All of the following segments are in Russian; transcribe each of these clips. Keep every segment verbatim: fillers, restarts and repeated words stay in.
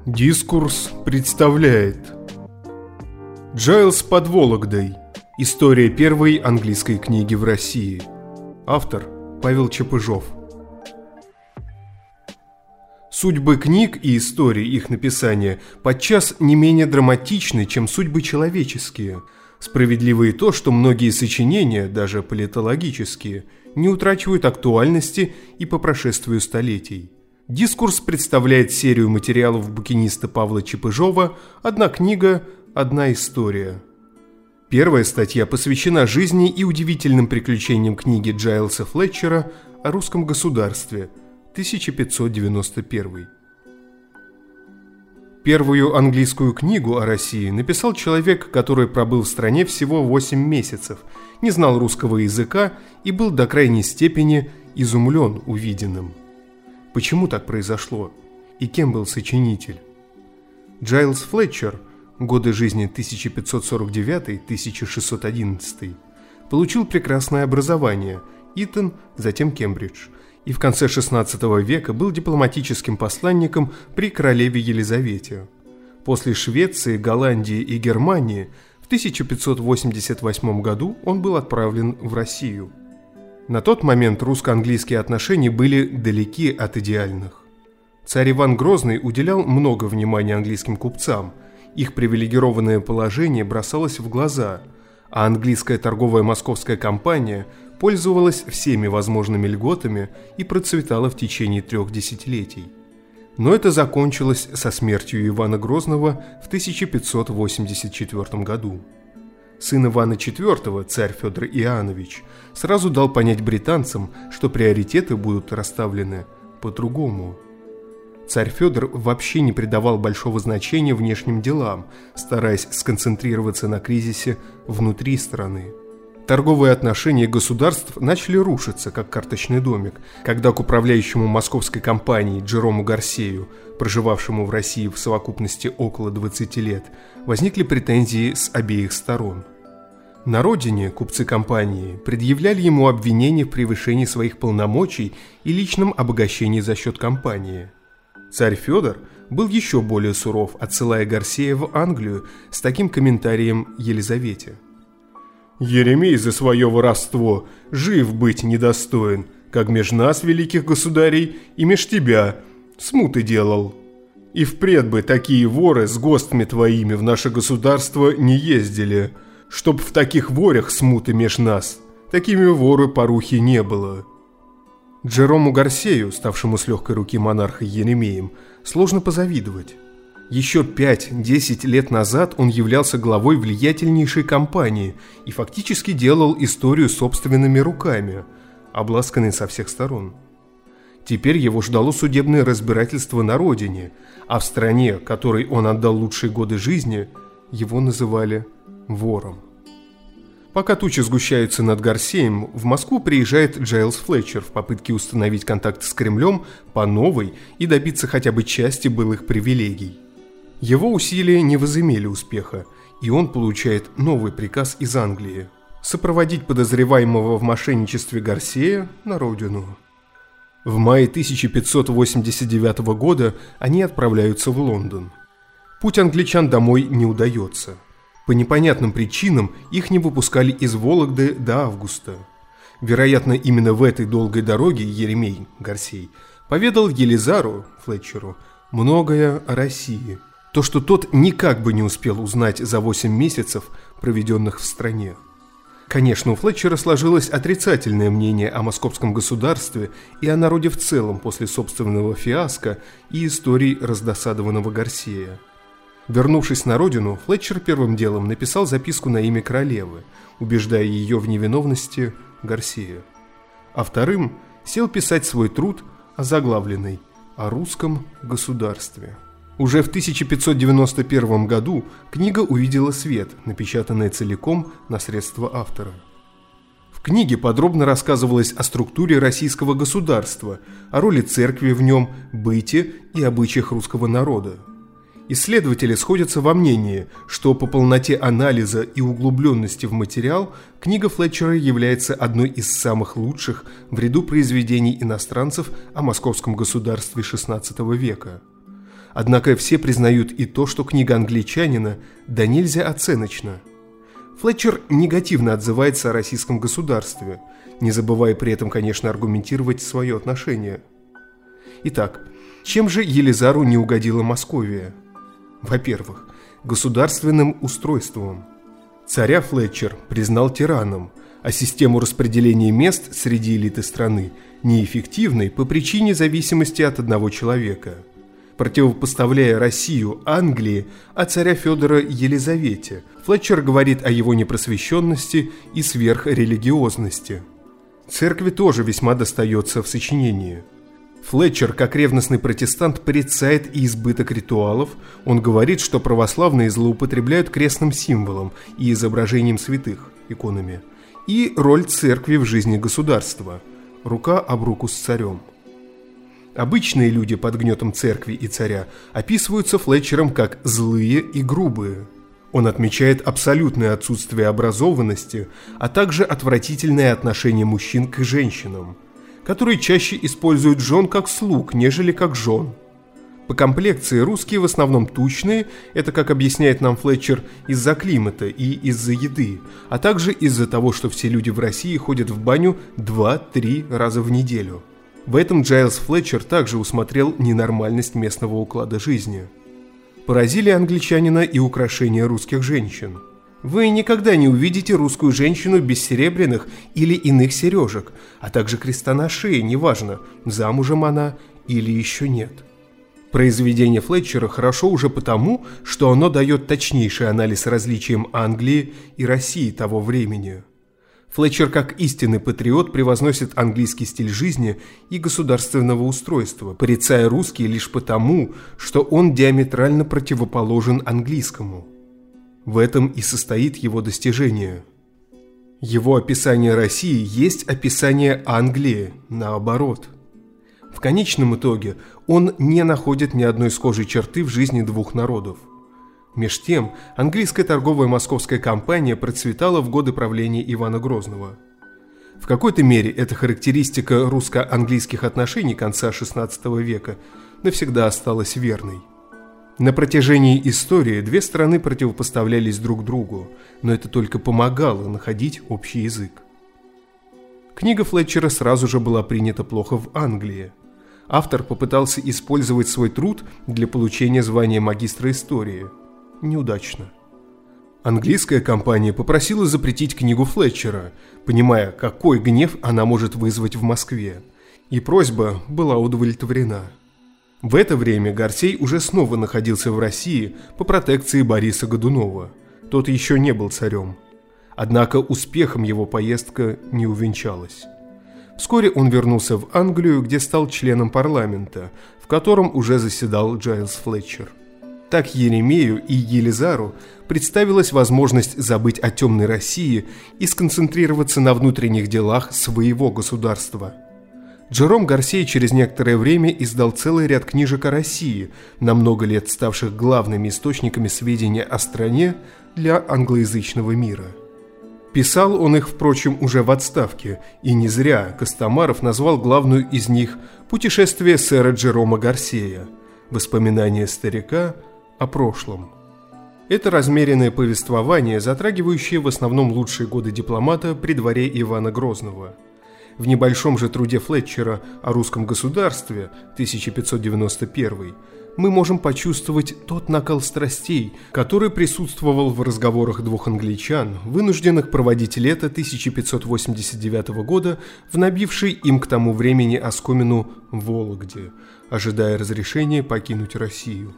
Дискурс представляет Джайлс под Вологдой. История первой английской книги в России. Автор Павел Чепыжов. Судьбы книг и истории их написания подчас не менее драматичны, чем судьбы человеческие. Справедливо и то, что многие сочинения, даже политологические, не утрачивают актуальности и по прошествию столетий. Дискурс представляет серию материалов букиниста Павла Чепыжова «Одна книга, одна история». Первая статья посвящена жизни и удивительным приключениям книги Джайлса Флетчера о русском государстве, тысяча пятьсот девяносто первый. Первую английскую книгу о России написал человек, который пробыл в стране всего восемь месяцев, не знал русского языка и был до крайней степени изумлен увиденным. Почему так произошло? И кем был сочинитель? Джайлс Флетчер, годы жизни тысяча пятьсот сорок девятый — тысяча шестьсот одиннадцатый, получил прекрасное образование, Итон, затем Кембридж, и в конце шестнадцатого века был дипломатическим посланником при королеве Елизавете. После Швеции, Голландии и Германии в тысяча пятьсот восемьдесят восьмом году он был отправлен в Россию. На тот момент русско-английские отношения были далеки от идеальных. Царь Иван Грозный уделял много внимания английским купцам, их привилегированное положение бросалось в глаза, а английская торговая московская компания пользовалась всеми возможными льготами и процветала в течение трех десятилетий. Но это закончилось со смертью Ивана Грозного в тысяча пятьсот восемьдесят четвёртом году. Сын Ивана четвёртого, царь Федор Иоаннович, сразу дал понять британцам, что приоритеты будут расставлены по-другому. Царь Федор вообще не придавал большого значения внешним делам, стараясь сконцентрироваться на кризисе внутри страны. Торговые отношения государств начали рушиться, как карточный домик, когда к управляющему московской компанией Джерому Гарсею, проживавшему в России в совокупности около двадцати лет, возникли претензии с обеих сторон. На родине купцы компании предъявляли ему обвинения в превышении своих полномочий и личном обогащении за счет компании. Царь Федор был еще более суров, отсылая Гарсея в Англию с таким комментарием Елизавете. «Еремей за свое воровство жив быть недостоин, как меж нас, великих государей, и меж тебя, смуты делал. И впред бы такие воры с гостми твоими в наше государство не ездили, чтоб в таких ворях смуты меж нас, такими воры порухи не было». Джерому Гарсею, ставшему с легкой руки монарха Еремеем, сложно позавидовать. Еще пять-десять лет назад он являлся главой влиятельнейшей компании и фактически делал историю собственными руками, обласканный со всех сторон. Теперь его ждало судебное разбирательство на родине, а в стране, которой он отдал лучшие годы жизни, его называли вором. Пока тучи сгущаются над Гарсеем, в Москву приезжает Джайлс Флетчер в попытке установить контакт с Кремлем по новой и добиться хотя бы части былых привилегий. Его усилия не возымели успеха, и он получает новый приказ из Англии – сопроводить подозреваемого в мошенничестве Гарсея на родину. В мае тысяча пятьсот восемьдесят девятого года они отправляются в Лондон. Путь англичан домой не удается. По непонятным причинам их не выпускали из Вологды до августа. Вероятно, именно в этой долгой дороге Еремей, Гарсей, поведал Елизару, Флетчеру, многое о России. То, что тот никак бы не успел узнать за восемь месяцев, проведенных в стране. Конечно, у Флетчера сложилось отрицательное мнение о московском государстве и о народе в целом после собственного фиаско и историй раздосадованного Гарсея. Вернувшись на родину, Флетчер первым делом написал записку на имя королевы, убеждая ее в невиновности Гарсея. А вторым сел писать свой труд, озаглавленный «О русском государстве». Уже в тысяча пятьсот девяносто первом году книга увидела свет, напечатанная целиком на средства автора. В книге подробно рассказывалось о структуре российского государства, о роли церкви в нем, быте и обычаях русского народа. Исследователи сходятся во мнении, что по полноте анализа и углубленности в материал книга Флетчера является одной из самых лучших в ряду произведений иностранцев о московском государстве шестнадцатого века. Однако все признают и то, что книга англичанина да нельзя оценочна. Флетчер негативно отзывается о российском государстве, не забывая при этом, конечно, аргументировать свое отношение. Итак, чем же Елизару не угодила Московия? Во-первых, государственным устройством. Царя Флетчер признал тираном, а систему распределения мест среди элиты страны неэффективной по причине зависимости от одного человека, противопоставляя Россию Англии, а царя Федора Елизавете. Флетчер говорит о его непросвещенности и сверхрелигиозности. Церкви тоже весьма достается в сочинении. Флетчер, как ревностный протестант, порицает и избыток ритуалов. Он говорит, что православные злоупотребляют крестным символом и изображением святых, иконами, и роль церкви в жизни государства, рука об руку с царем. Обычные люди под гнетом церкви и царя описываются Флетчером как злые и грубые. Он отмечает абсолютное отсутствие образованности, а также отвратительное отношение мужчин к женщинам, которые чаще используют жен как слуг, нежели как жен. По комплекции русские в основном тучные, это, как объясняет нам Флетчер, из-за климата и из-за еды, а также из-за того, что все люди в России ходят в баню два-три раза в неделю. В этом Джайлс Флетчер также усмотрел ненормальность местного уклада жизни. Поразили англичанина и украшения русских женщин. Вы никогда не увидите русскую женщину без серебряных или иных сережек, а также креста на шее, неважно, замужем она или еще нет. Произведение Флетчера хорошо уже потому, что оно дает точнейший анализ различиям Англии и России того времени. Флетчер, как истинный патриот, превозносит английский стиль жизни и государственного устройства, порицая русский лишь потому, что он диаметрально противоположен английскому. В этом и состоит его достижение. Его описание России есть описание Англии, наоборот. В конечном итоге он не находит ни одной схожей черты в жизни двух народов. Меж тем, английская торговая московская компания процветала в годы правления Ивана Грозного. В какой-то мере эта характеристика русско-английских отношений конца шестнадцатого века навсегда осталась верной. На протяжении истории две страны противопоставлялись друг другу, но это только помогало находить общий язык. Книга Флетчера сразу же была принята плохо в Англии. Автор попытался использовать свой труд для получения звания магистра истории. Неудачно. Английская компания попросила запретить книгу Флетчера, понимая, какой гнев она может вызвать в Москве, и просьба была удовлетворена. В это время Гарсей уже снова находился в России по протекции Бориса Годунова. Тот еще не был царем. Однако успехом его поездка не увенчалась. Вскоре он вернулся в Англию, где стал членом парламента, в котором уже заседал Джайлс Флетчер. Так Еремею и Елизару представилась возможность забыть о темной России и сконцентрироваться на внутренних делах своего государства. Джером Гарсей через некоторое время издал целый ряд книжек о России, на много лет ставших главными источниками сведений о стране для англоязычного мира. Писал он их, впрочем, уже в отставке, и не зря Костомаров назвал главную из них «Путешествие сэра Джерома Гарсея. Воспоминания старика о прошлом». Это размеренное повествование, затрагивающее в основном лучшие годы дипломата при дворе Ивана Грозного. В небольшом же труде Флетчера о русском государстве тысяча пятьсот девяносто первый мы можем почувствовать тот накал страстей, который присутствовал в разговорах двух англичан, вынужденных проводить лето тысяча пятьсот восемьдесят девятого года в набившей им к тому времени оскомину Вологде, ожидая разрешения покинуть Россию.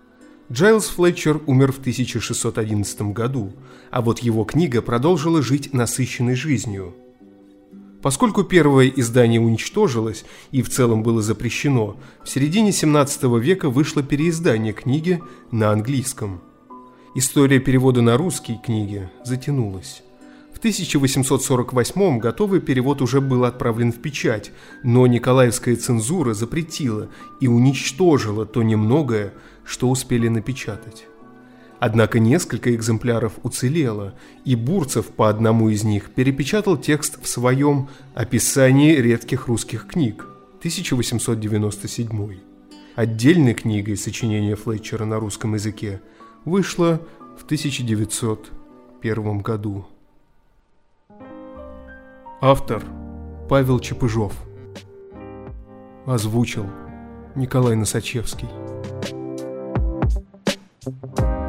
Джайлс Флетчер умер в тысяча шестьсот одиннадцатом году, а вот его книга продолжила жить насыщенной жизнью. Поскольку первое издание уничтожилось и в целом было запрещено, в середине семнадцатого века вышло переиздание книги на английском. История перевода на русский книги затянулась. В тысяча восемьсот сорок восьмом готовый перевод уже был отправлен в печать, но Николаевская цензура запретила и уничтожила то немногое, что успели напечатать. Однако несколько экземпляров уцелело, и Бурцев по одному из них перепечатал текст в своем «Описании редких русских книг» тысяча восемьсот девяносто седьмой. Отдельной книгой сочинения Флетчера на русском языке вышла в тысяча девятьсот первом году. Автор Павел Чепыжов. Озвучил Николай Носачевский.